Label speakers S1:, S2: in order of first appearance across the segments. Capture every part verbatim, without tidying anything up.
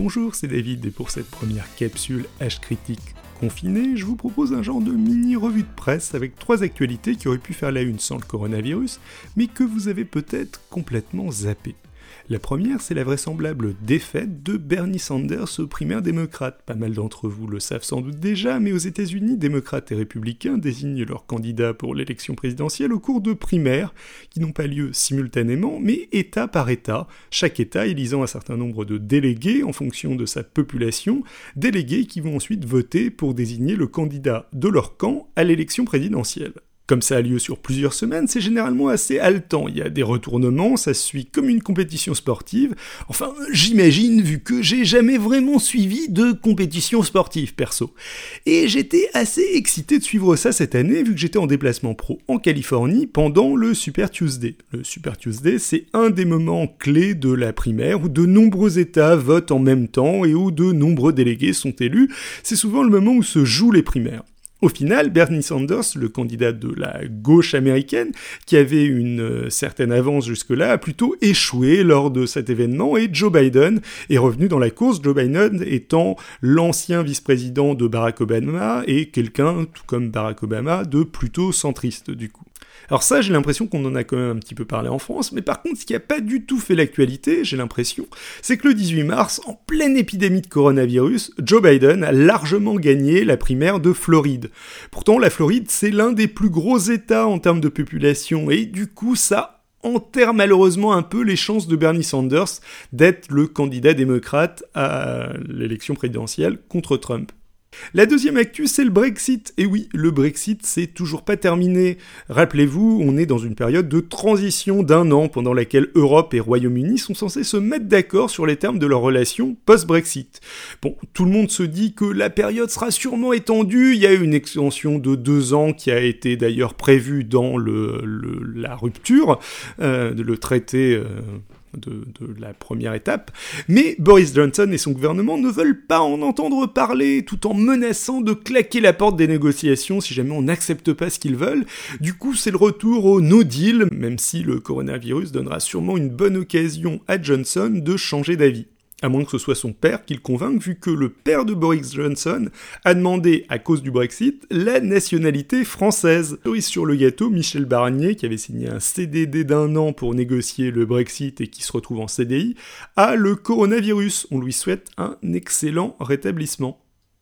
S1: Bonjour, c'est David, et pour cette première capsule H critique confinée, je vous propose un genre de mini-revue de presse avec trois actualités qui auraient pu faire la une sans le coronavirus, mais que vous avez peut-être complètement zappé. La première, c'est la vraisemblable défaite de Bernie Sanders aux primaires démocrates. Pas mal d'entre vous le savent sans doute déjà, mais aux États-Unis, démocrates et républicains désignent leurs candidats pour l'élection présidentielle au cours de primaires qui n'ont pas lieu simultanément, mais État par État, chaque État élisant un certain nombre de délégués en fonction de sa population, délégués qui vont ensuite voter pour désigner le candidat de leur camp à l'élection présidentielle. Comme ça a lieu sur plusieurs semaines, c'est généralement assez haletant. Il y a des retournements, ça se suit comme une compétition sportive. Enfin, j'imagine, vu que j'ai jamais vraiment suivi de compétition sportive, perso. Et j'étais assez excité de suivre ça cette année, vu que j'étais en déplacement pro en Californie pendant le Super Tuesday. Le Super Tuesday, c'est un des moments clés de la primaire où de nombreux États votent en même temps et où de nombreux délégués sont élus. C'est souvent le moment où se jouent les primaires. Au final, Bernie Sanders, le candidat de la gauche américaine, qui avait une euh, certaine avance jusque-là, a plutôt échoué lors de cet événement et Joe Biden est revenu dans la course, Joe Biden étant l'ancien vice-président de Barack Obama et quelqu'un, tout comme Barack Obama, de plutôt centriste du coup. Alors ça, j'ai l'impression qu'on en a quand même un petit peu parlé en France, mais par contre, ce qui n'a pas du tout fait l'actualité, j'ai l'impression, c'est que le dix-huit mars, en pleine épidémie de coronavirus, Joe Biden a largement gagné la primaire de Floride. Pourtant, la Floride, c'est l'un des plus gros États en termes de population, et du coup, ça enterre malheureusement un peu les chances de Bernie Sanders d'être le candidat démocrate à l'élection présidentielle contre Trump. La deuxième actu, c'est le Brexit. Et oui, le Brexit, c'est toujours pas terminé. Rappelez-vous, on est dans une période de transition d'un an pendant laquelle Europe et Royaume-Uni sont censés se mettre d'accord sur les termes de leur relation post-Brexit. Bon, tout le monde se dit que la période sera sûrement étendue. Il y a une extension de deux ans qui a été d'ailleurs prévue dans le, le, la rupture, euh, le traité... Euh, De, de la première étape, mais Boris Johnson et son gouvernement ne veulent pas en entendre parler, tout en menaçant de claquer la porte des négociations si jamais on n'accepte pas ce qu'ils veulent. Du coup, c'est le retour au no deal, même si le coronavirus donnera sûrement une bonne occasion à Johnson de changer d'avis. À moins que ce soit son père qui le convainque, vu que le père de Boris Johnson a demandé, à cause du Brexit, la nationalité française. Cerise sur le gâteau, Michel Barnier, qui avait signé un C D D d'un an pour négocier le Brexit et qui se retrouve en C D I, a le coronavirus. On lui souhaite un excellent rétablissement.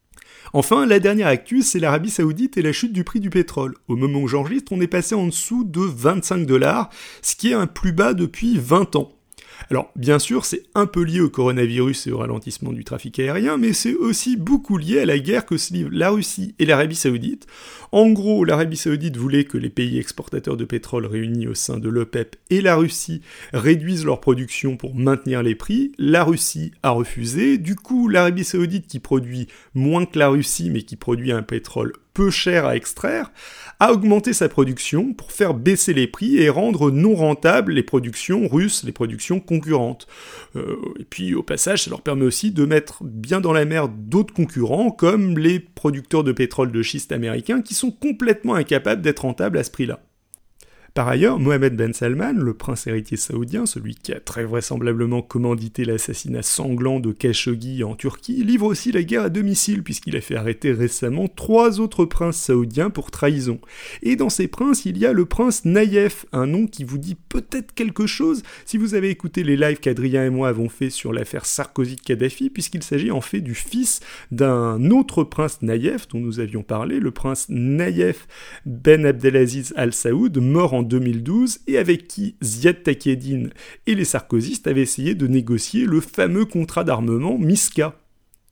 S1: Enfin, la dernière actu, c'est l'Arabie Saoudite et la chute du prix du pétrole. Au moment où j'enregistre, on est passé en dessous de vingt-cinq dollars, ce qui est un plus bas depuis vingt ans. Alors, bien sûr, c'est un peu lié au coronavirus et au ralentissement du trafic aérien, mais c'est aussi beaucoup lié à la guerre que se livrent la Russie et l'Arabie Saoudite. En gros, l'Arabie Saoudite voulait que les pays exportateurs de pétrole réunis au sein de l'OPEP et la Russie réduisent leur production pour maintenir les prix. La Russie a refusé. Du coup, l'Arabie Saoudite, qui produit moins que la Russie, mais qui produit un pétrole peu cher à extraire, a augmenté sa production pour faire baisser les prix et rendre non rentables les productions russes, les productions concurrentes. Euh, et puis au passage, ça leur permet aussi de mettre bien dans la mer d'autres concurrents, comme les producteurs de pétrole de schiste américains, qui sont complètement incapables d'être rentables à ce prix-là. Par ailleurs, Mohammed Ben Salman, le prince héritier saoudien, celui qui a très vraisemblablement commandité l'assassinat sanglant de Khashoggi en Turquie, livre aussi la guerre à domicile, puisqu'il a fait arrêter récemment trois autres princes saoudiens pour trahison. Et dans ces princes, il y a le prince Naïef, un nom qui vous dit peut-être quelque chose si vous avez écouté les lives qu'Adrien et moi avons fait sur l'affaire Sarkozy-Kadhafi, puisqu'il s'agit en fait du fils d'un autre prince Naïef dont nous avions parlé, le prince Naïef Ben Abdelaziz Al Saoud, mort en deux mille douze, et avec qui Ziad Takieddine et les sarkozystes avaient essayé de négocier le fameux contrat d'armement MISCA.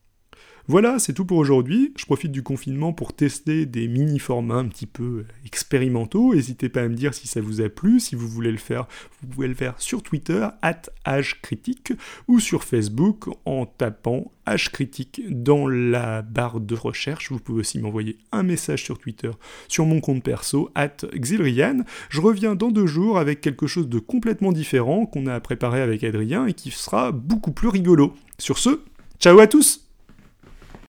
S1: Voilà, c'est tout pour aujourd'hui. Je profite du confinement pour tester des mini-formats un petit peu expérimentaux. N'hésitez pas à me dire si ça vous a plu. Si vous voulez le faire, vous pouvez le faire sur Twitter, arobase H critique, ou sur Facebook en tapant H critique dans la barre de recherche. Vous pouvez aussi m'envoyer un message sur Twitter, sur mon compte perso, arobase Xilrian. Je reviens dans deux jours avec quelque chose de complètement différent qu'on a préparé avec Adrien et qui sera beaucoup plus rigolo. Sur ce, ciao à tous!